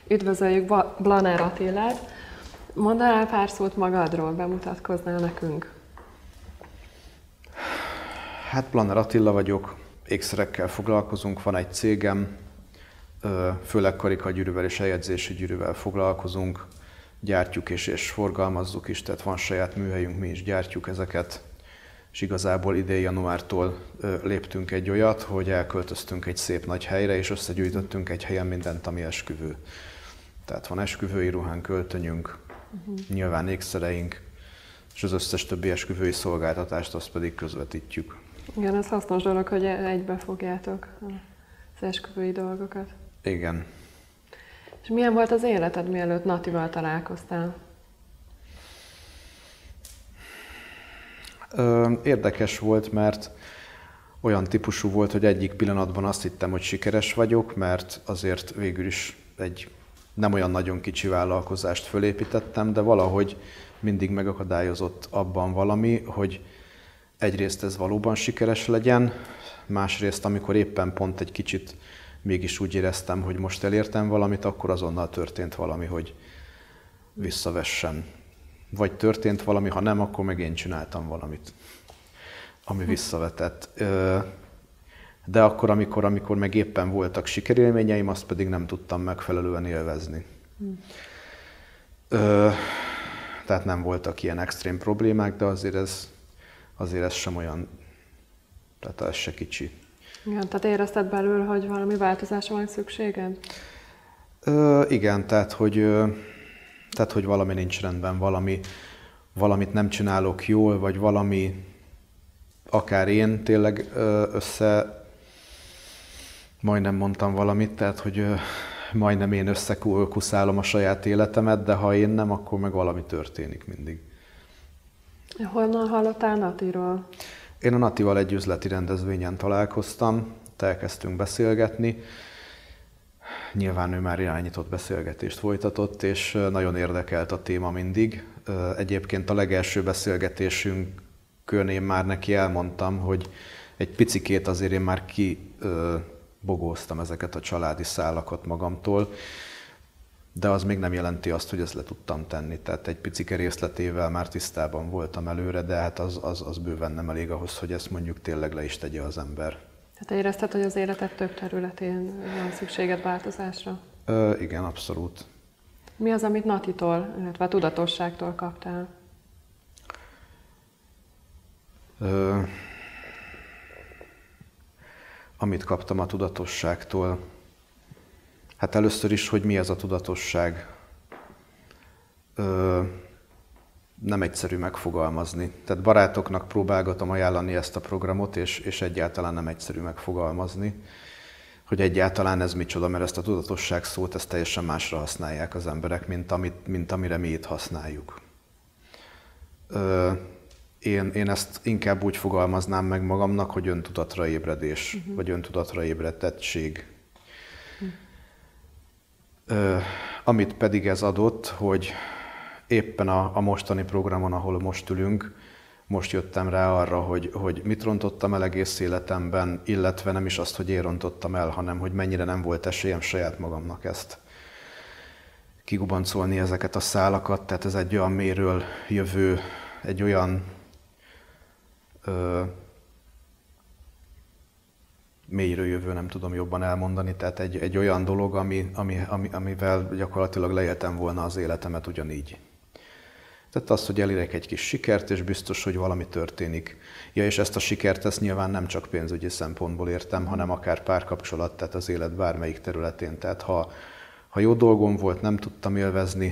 Üdvözöljük Blanár Attilát. Mondanál pár szót magadról, bemutatkoznál nekünk? Hát Blanár Attila vagyok, ékszerekkel foglalkozunk, van egy cégem, főleg karikagyűrűvel és eljegyzési gyűrűvel foglalkozunk, gyártjuk és forgalmazzuk is, tehát van saját műhelyünk, mi is gyártjuk ezeket. És igazából idén januártól léptünk egy olyat, hogy elköltöztünk egy szép nagy helyre, és összegyűjtöttünk egy helyen mindent, ami esküvő. Tehát van esküvői ruhánk, öltönyünk, nyilván ékszereink, és az összes többi esküvői szolgáltatást azt pedig közvetítjük. Igen, ez hasznos dolog, hogy egybe fogjátok az esküvői dolgokat. Igen. És milyen volt az életed, mielőtt Natival találkoztál? Érdekes volt, mert olyan típusú volt, hogy egyik pillanatban azt hittem, hogy sikeres vagyok, mert azért végül is egy nem olyan nagyon kicsi vállalkozást fölépítettem, de valahogy mindig megakadályozott abban valami, hogy egyrészt ez valóban sikeres legyen, másrészt amikor éppen pont egy kicsit mégis úgy éreztem, hogy most elértem valamit, akkor azonnal történt valami, hogy visszavessen. Vagy történt valami, ha nem, akkor meg én csináltam valamit, ami visszavetett. De akkor, amikor meg éppen voltak sikerélményeim, azt pedig nem tudtam megfelelően élvezni. Tehát nem voltak ilyen extrém problémák, de azért ez sem olyan, tehát ez se kicsi. Igen, tehát érezted belül, hogy valami változásra van szükséged? Igen, tehát hogy valami nincs rendben, valamit nem csinálok jól, vagy valami, akár én tényleg majdnem mondtam valamit, tehát hogy majdnem én összekuszálom a saját életemet, de ha én nem, akkor meg valami történik mindig. Honnan hallottál Natiról? Én a Natival egy üzleti rendezvényen találkoztam, elkezdtünk beszélgetni. Nyilván ő már irányított beszélgetést folytatott, és nagyon érdekelt a téma mindig. Egyébként a legelső beszélgetésünkön én már neki elmondtam, hogy egy picikét azért én már kibogóztam ezeket a családi szálakat magamtól, de az még nem jelenti azt, hogy ezt le tudtam tenni. Tehát egy picike részletével már tisztában voltam előre, de hát az bőven nem elég ahhoz, hogy ezt mondjuk tényleg le is tegye az ember. Tehát érezted, hogy az életed több területén van szükséged változásra? Igen, abszolút. Mi az, amit Natitól, illetve a tudatosságtól kaptál? Amit kaptam a tudatosságtól? Hát először is, hogy mi ez a tudatosság. Nem egyszerű megfogalmazni. Tehát barátoknak próbálgatom ajánlani ezt a programot, és egyáltalán nem egyszerű megfogalmazni, hogy egyáltalán ez micsoda, mert ezt a tudatosság szót ezt teljesen másra használják az emberek, mint amire mi itt használjuk. Én ezt inkább úgy fogalmaznám meg magamnak, hogy öntudatra ébredés, vagy öntudatra ébredtettség. Amit pedig ez adott, hogy éppen a mostani programon, ahol most ülünk, most jöttem rá arra, hogy mit rontottam el egész életemben, illetve nem is azt, hogy én rontottam el, hanem hogy mennyire nem volt esélyem saját magamnak ezt kigubancolni, ezeket a szálakat. Tehát ez egy olyan mélyről jövő, egy olyan mélyről jövő, nem tudom jobban elmondani, tehát egy olyan dolog, amivel gyakorlatilag leéltem volna az életemet ugyanígy. Tehát az, hogy elérek egy kis sikert, és biztos, hogy valami történik. Ja, és ezt a sikert, ezt nyilván nem csak pénzügyi szempontból értem, hanem akár párkapcsolat, tehát az élet bármelyik területén. Tehát ha jó dolgom volt, nem tudtam élvezni,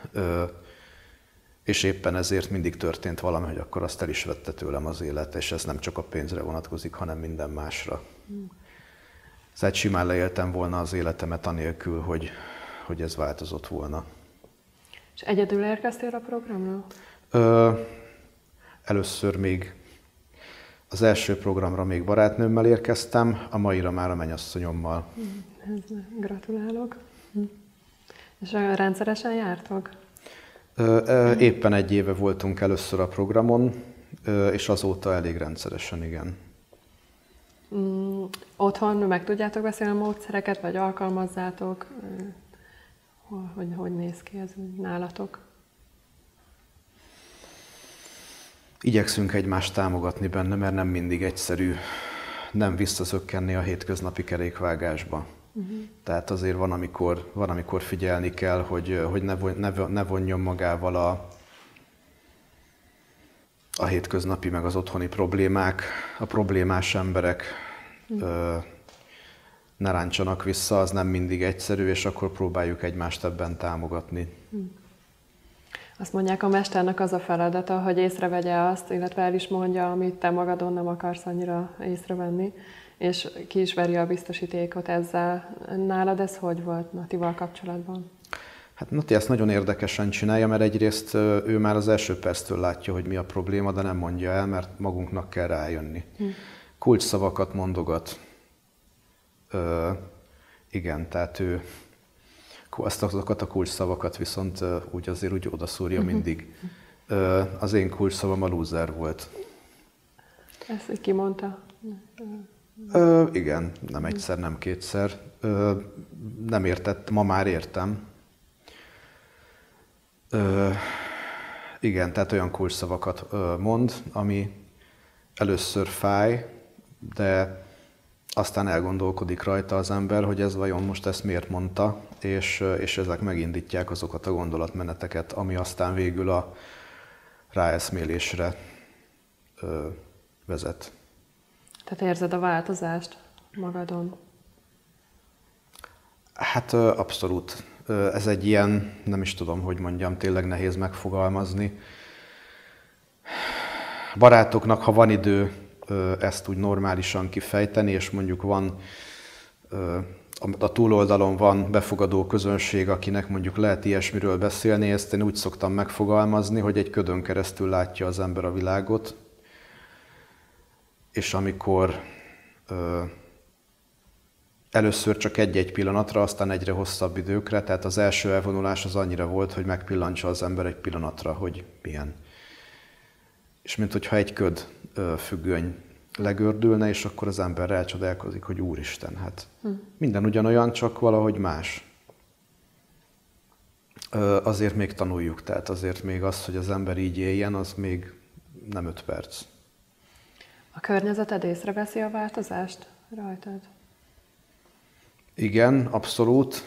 és éppen ezért mindig történt valami, hogy akkor azt el is vette tőlem az élet, és ez nem csak a pénzre vonatkozik, hanem minden másra. Szóval simán leéltem volna az életemet anélkül, hogy ez változott volna. És egyedül érkeztél a programra? Először még az első programra még barátnőmmel érkeztem, a maira már a mennyasszonyommal. Gratulálok. És rendszeresen jártok? Éppen egy éve voltunk először a programon, és azóta elég rendszeresen, igen. Otthon meg tudjátok beszélni a módszereket, vagy alkalmazzátok? Hogy néz ki ez nálatok? Igyekszünk egymást támogatni benne, mert nem mindig egyszerű nem visszazökkenni a hétköznapi kerékvágásba. Tehát azért van, amikor figyelni kell, hogy ne vonjon magával a hétköznapi, meg az otthoni problémák, a problémás emberek ne ráncsanak vissza, az nem mindig egyszerű, és akkor próbáljuk egymást ebben támogatni. Azt mondják, a mesternek az a feladata, hogy észrevegye azt, illetve el is mondja, amit te magadon nem akarsz annyira észrevenni, és ki is veri a biztosítékot ezzel. Nálad ez hogy volt Natival kapcsolatban? Hát Nati ezt nagyon érdekesen csinálja, mert egyrészt ő már az első perctől látja, hogy mi a probléma, de nem mondja el, mert magunknak kell rájönni. Kulcsszavakat mondogat. Igen, tehát ő azokat a kulcsszavakat viszont úgy odaszúrja mindig. Az én kulcsszavam a loser volt. Ezt ki mondta? Igen, nem egyszer, nem kétszer. Nem értett, ma már értem. Igen, tehát olyan kulcsszavakat mond, ami először fáj, de aztán elgondolkodik rajta az ember, hogy ez vajon most ezt miért mondta, és ezek megindítják azokat a gondolatmeneteket, ami aztán végül a ráeszmélésre vezet. Tehát érzed a változást magadon? Hát abszolút. Ez egy ilyen, nem is tudom, hogy mondjam, tényleg nehéz megfogalmazni. Barátoknak, ha van idő ezt úgy normálisan kifejteni, és mondjuk van a túloldalon van befogadó közönség, akinek mondjuk lehet ilyesmiről beszélni, ezt én úgy szoktam megfogalmazni, hogy egy ködön keresztül látja az ember a világot, és amikor először csak egy-egy pillanatra, aztán egyre hosszabb időkre, tehát az első elvonulás az annyira volt, hogy megpillantsa az ember egy pillanatra, hogy milyen. És mint hogyha egy köd függöny legördülne, és akkor az ember elcsodálkozik, hogy Úristen, hát minden ugyanolyan, csak valahogy más. Azért még tanuljuk, tehát azért még az, hogy az ember így éljen, az még nem 5 perc. A környezeted észreveszi a változást rajtad? Igen, abszolút.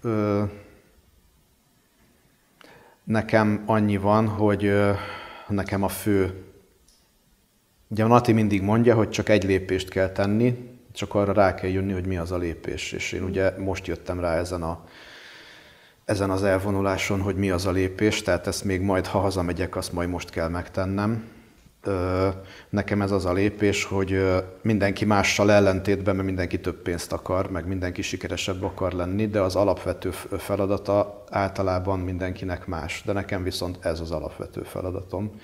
Nekem annyi van, hogy nekem a fő... Ugye a Nati mindig mondja, hogy csak egy lépést kell tenni, csak arra rá kell jönni, hogy mi az a lépés. És én ugye most jöttem rá ezen az elvonuláson, hogy mi az a lépés, tehát ezt még majd, ha hazamegyek, azt majd most kell megtennem. Nekem ez az a lépés, hogy mindenki mással ellentétben, mert mindenki több pénzt akar, meg mindenki sikeresebb akar lenni, de az alapvető feladata általában mindenkinek más. De nekem viszont ez az alapvető feladatom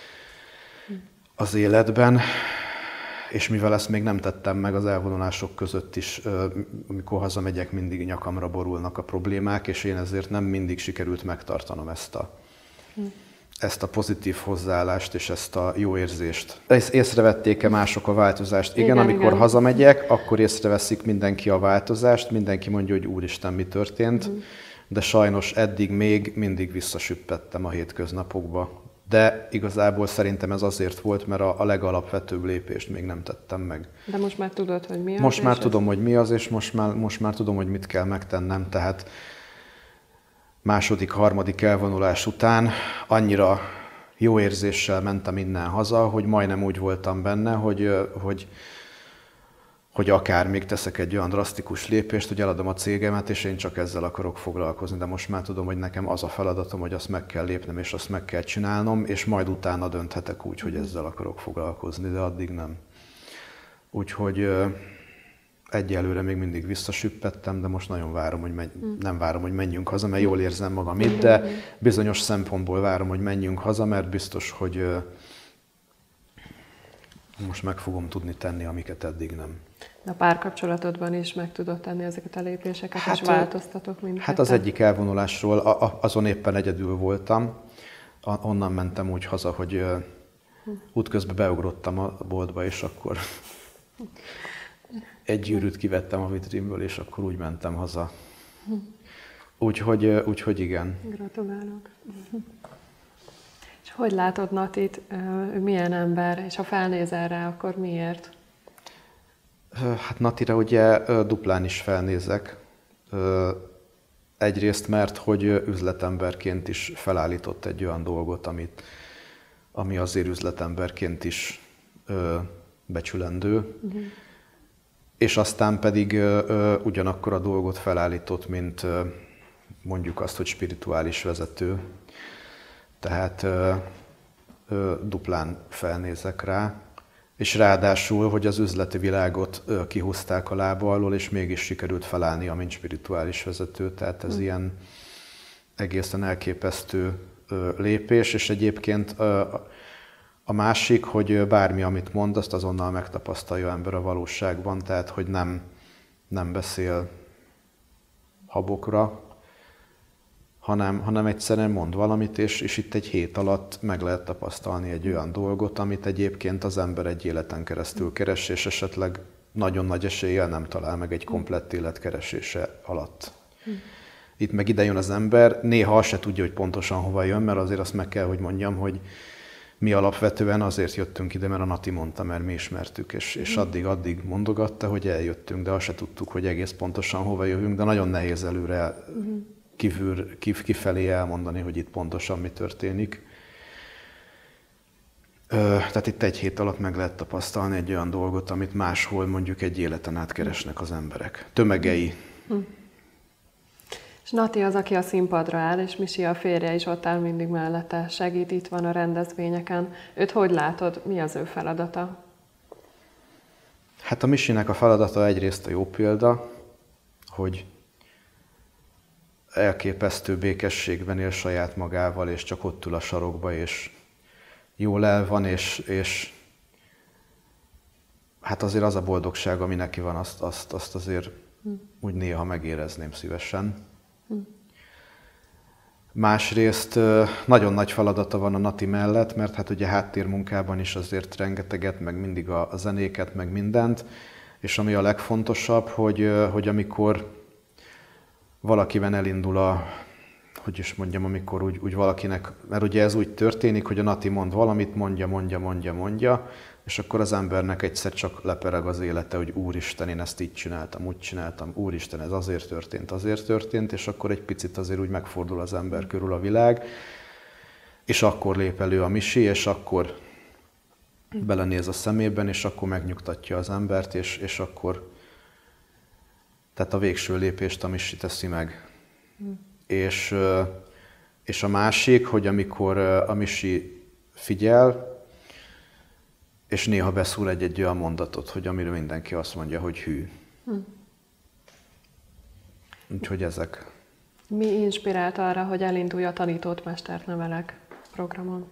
az életben, és mivel ezt még nem tettem meg az elvonulások között is, amikor hazamegyek, mindig nyakamra borulnak a problémák, és én ezért nem mindig sikerült megtartanom ezt a pozitív hozzáállást és ezt a jó érzést. Észrevették-e mások a változást? Igen, amikor hazamegyek, akkor észreveszik mindenki a változást, mindenki mondja, hogy Úristen, mi történt, de sajnos eddig még mindig visszasüppettem a hétköznapokba. De igazából szerintem ez azért volt, mert a legalapvetőbb lépést még nem tettem meg. De most már tudod, hogy mi az? Most már tudom, hogy mi az, és most már tudom, hogy mit kell megtennem. Tehát második, harmadik elvonulás után annyira jó érzéssel mentem innen haza, hogy majdnem úgy voltam benne, hogy akár még teszek egy olyan drasztikus lépést, hogy eladom a cégemet, és én csak ezzel akarok foglalkozni. De most már tudom, hogy nekem az a feladatom, hogy azt meg kell lépnem, és azt meg kell csinálnom, és majd utána dönthetek úgy, hogy ezzel akarok foglalkozni, de addig nem. Úgyhogy egyelőre még mindig visszasüppettem, de most nagyon várom, hogy nem várom, hogy menjünk haza, mert jól érzem magam itt, de bizonyos szempontból várom, hogy menjünk haza, mert biztos, hogy most meg fogom tudni tenni, amiket eddig nem. A párkapcsolatodban is meg tudod tenni ezeket a lépéseket, és változtatok mindketten? Hát az egyik elvonulásról, azon éppen egyedül voltam, onnan mentem úgy haza, hogy útközben beugrottam a boltba, és akkor egy gyűrűt kivettem a vitrínből, és akkor úgy mentem haza. Úgyhogy igen. Gratulálok. És hogy látod Natit, ő milyen ember, és ha felnézel rá, akkor miért? Hát Natira ugye duplán is felnézek. Egyrészt mert, hogy üzletemberként is felállított egy olyan dolgot, ami azért üzletemberként is becsülendő, és aztán pedig ugyanakkor a dolgot felállított, mint mondjuk azt, hogy spirituális vezető. Tehát duplán felnézek rá, és ráadásul, hogy az üzleti világot kihúzták a lába alól, és mégis sikerült felállnia, mint spirituális vezető. Tehát ez ilyen egészen elképesztő lépés, és egyébként a másik, hogy bármi, amit mond, azt azonnal megtapasztalja ember a valóságban, tehát hogy nem beszél habokra, hanem egyszerűen mond valamit, és itt egy hét alatt meg lehet tapasztalni egy olyan dolgot, amit egyébként az ember egy életen keresztül keres, és esetleg nagyon nagy eséllyel nem talál meg egy komplett élet keresése alatt. Itt meg ide jön az ember, néha azt se tudja, hogy pontosan hova jön, mert azért azt meg kell, hogy mondjam, hogy mi alapvetően azért jöttünk ide, mert a Nati mondta, mert mi ismertük, és addig mondogatta, hogy eljöttünk, de azt se tudtuk, hogy egész pontosan hova jövünk, de nagyon nehéz előre kifelé elmondani, hogy itt pontosan mi történik. Tehát itt egy hét alatt meg lehet tapasztalni egy olyan dolgot, amit máshol mondjuk egy életen át keresnek az emberek. Tömegei. És Nati az, aki a színpadra áll, és Misi a férje is ott áll mindig mellette, segít, itt van a rendezvényeken. Őt hogy látod? Mi az ő feladata? Hát a Misinek a feladata egyrészt a jó példa, hogy elképesztő békességben él saját magával, és csak ott ül a sarokba, és jól el van, és hát azért az a boldogság, ami neki van, azt azért úgy néha megérezném szívesen. Másrészt nagyon nagy feladata van a Nati mellett, mert hát ugye háttérmunkában is azért rengeteget, meg mindig a zenéket, meg mindent, és ami a legfontosabb, hogy amikor valakiben elindul hogy is mondjam, amikor úgy valakinek, mert ugye ez úgy történik, hogy a Nati mond valamit, mondja, és akkor az embernek egyszer csak lepereg az élete, hogy úristen, én ezt így csináltam, úgy csináltam, úristen, ez azért történt, és akkor egy picit azért úgy megfordul az ember körül a világ, és akkor lép elő a Misi, és akkor belenéz a szemében, és akkor megnyugtatja az embert, és akkor tehát a végső lépést a Misi teszi meg. És a másik, hogy amikor a Misi figyel, és néha beszúr egy olyan mondatot, hogy amire mindenki azt mondja, hogy hű. Úgyhogy ezek. Mi inspirált arra, hogy elindulj a Tanítót Mestert Nevelek programon?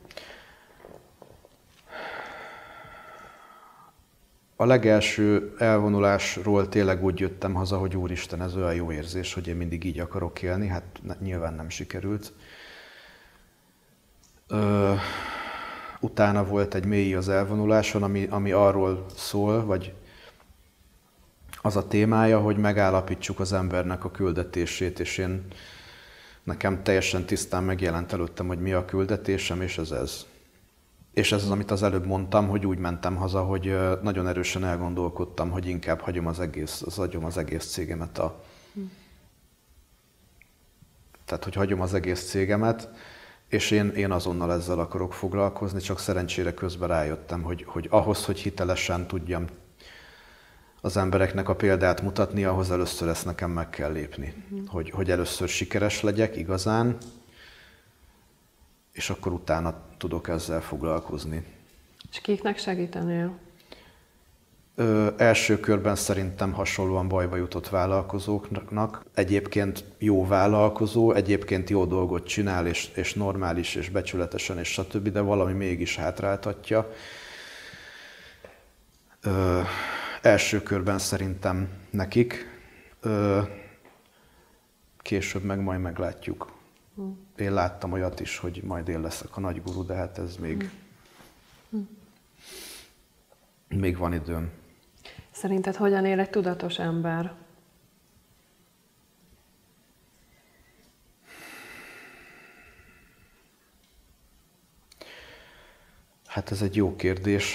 A legelső elvonulásról tényleg úgy jöttem haza, hogy úristen, ez olyan jó érzés, hogy én mindig így akarok élni, hát nyilván nem sikerült. Utána volt egy mély az elvonuláson, ami arról szól, vagy az a témája, hogy megállapítsuk az embernek a küldetését, és nekem teljesen tisztán megjelent előttem, hogy mi a küldetésem, és ez. És ez az, amit az előbb mondtam, hogy úgy mentem haza, hogy nagyon erősen elgondolkodtam, hogy inkább hagyom az egész cégemet. Tehát, hogy hagyom az egész cégemet, és én azonnal ezzel akarok foglalkozni, csak szerencsére közben rájöttem, hogy ahhoz, hogy hitelesen tudjam az embereknek a példát mutatni, ahhoz először ezt nekem meg kell lépni. Hogy először sikeres legyek igazán, és akkor utána tudok ezzel foglalkozni. És kiknek segítenél? Első körben szerintem hasonlóan bajba jutott vállalkozóknak. Egyébként jó vállalkozó, egyébként jó dolgot csinál, és normális, és becsületesen, és stb., de valami mégis hátráltatja. Első körben szerintem nekik, később meg majd meglátjuk. Én láttam olyat is, hogy majd én leszek a nagy guru, de hát ez még van időm. Szerinted hogyan él egy tudatos ember? Hát ez egy jó kérdés.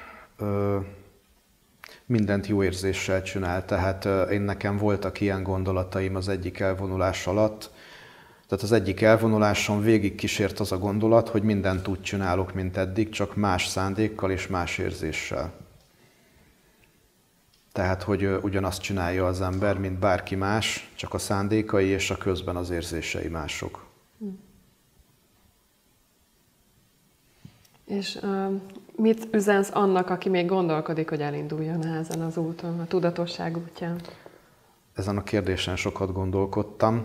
Mindent jó érzéssel csinál, tehát nekem voltak ilyen gondolataim az egyik elvonulás alatt. Tehát az egyik elvonuláson végig kísért az a gondolat, hogy mindent úgy csinálok, mint eddig, csak más szándékkal és más érzéssel. Tehát, hogy ugyanazt csinálja az ember, mint bárki más, csak a szándékai és a közben az érzései mások. És mit üzensz annak, aki még gondolkodik, hogy elinduljon ezen az úton, a tudatosság útján? Ezen a kérdésen sokat gondolkodtam.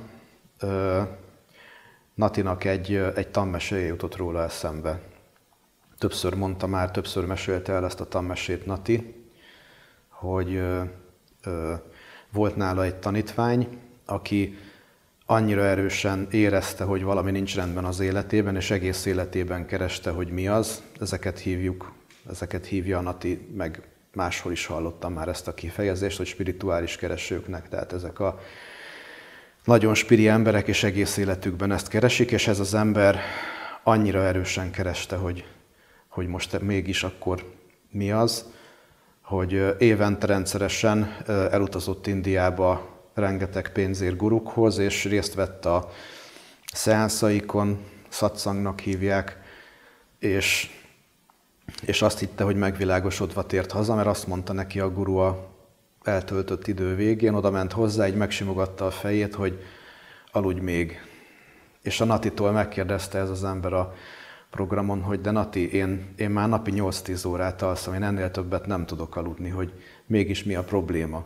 Natinak egy tanmeséje jutott róla eszembe. Többször mondta már, többször mesélte el ezt a tanmesét Nati, hogy volt nála egy tanítvány, aki annyira erősen érezte, hogy valami nincs rendben az életében, és egész életében kereste, hogy mi az. Ezeket hívja a Nati, meg máshol is hallottam már ezt a kifejezést, hogy spirituális keresőknek. Tehát ezek a nagyon spiri emberek, és egész életükben ezt keresik, és ez az ember annyira erősen kereste, hogy most mégis akkor mi az, hogy évente rendszeresen elutazott Indiába rengeteg pénzért gurukhoz, és részt vett a szeánszaikon, szatszangnak hívják, és azt hitte, hogy megvilágosodva tért haza, mert azt mondta neki a guru a eltöltött idő végén, oda ment hozzá, így megsimogatta a fejét, hogy aludj még. És a Natitól megkérdezte ez az ember a programon, hogy de Nati, én már napi 8-10 órát alszom, én ennél többet nem tudok aludni, hogy mégis mi a probléma.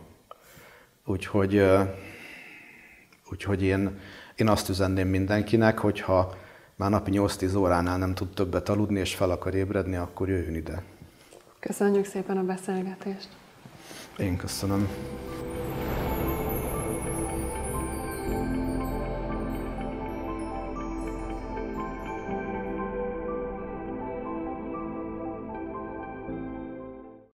Úgyhogy én azt üzenném mindenkinek, hogyha már napi 8-10 óránál nem tud többet aludni, és fel akar ébredni, akkor jöjjön ide. Köszönjük szépen a beszélgetést! Én köszönöm.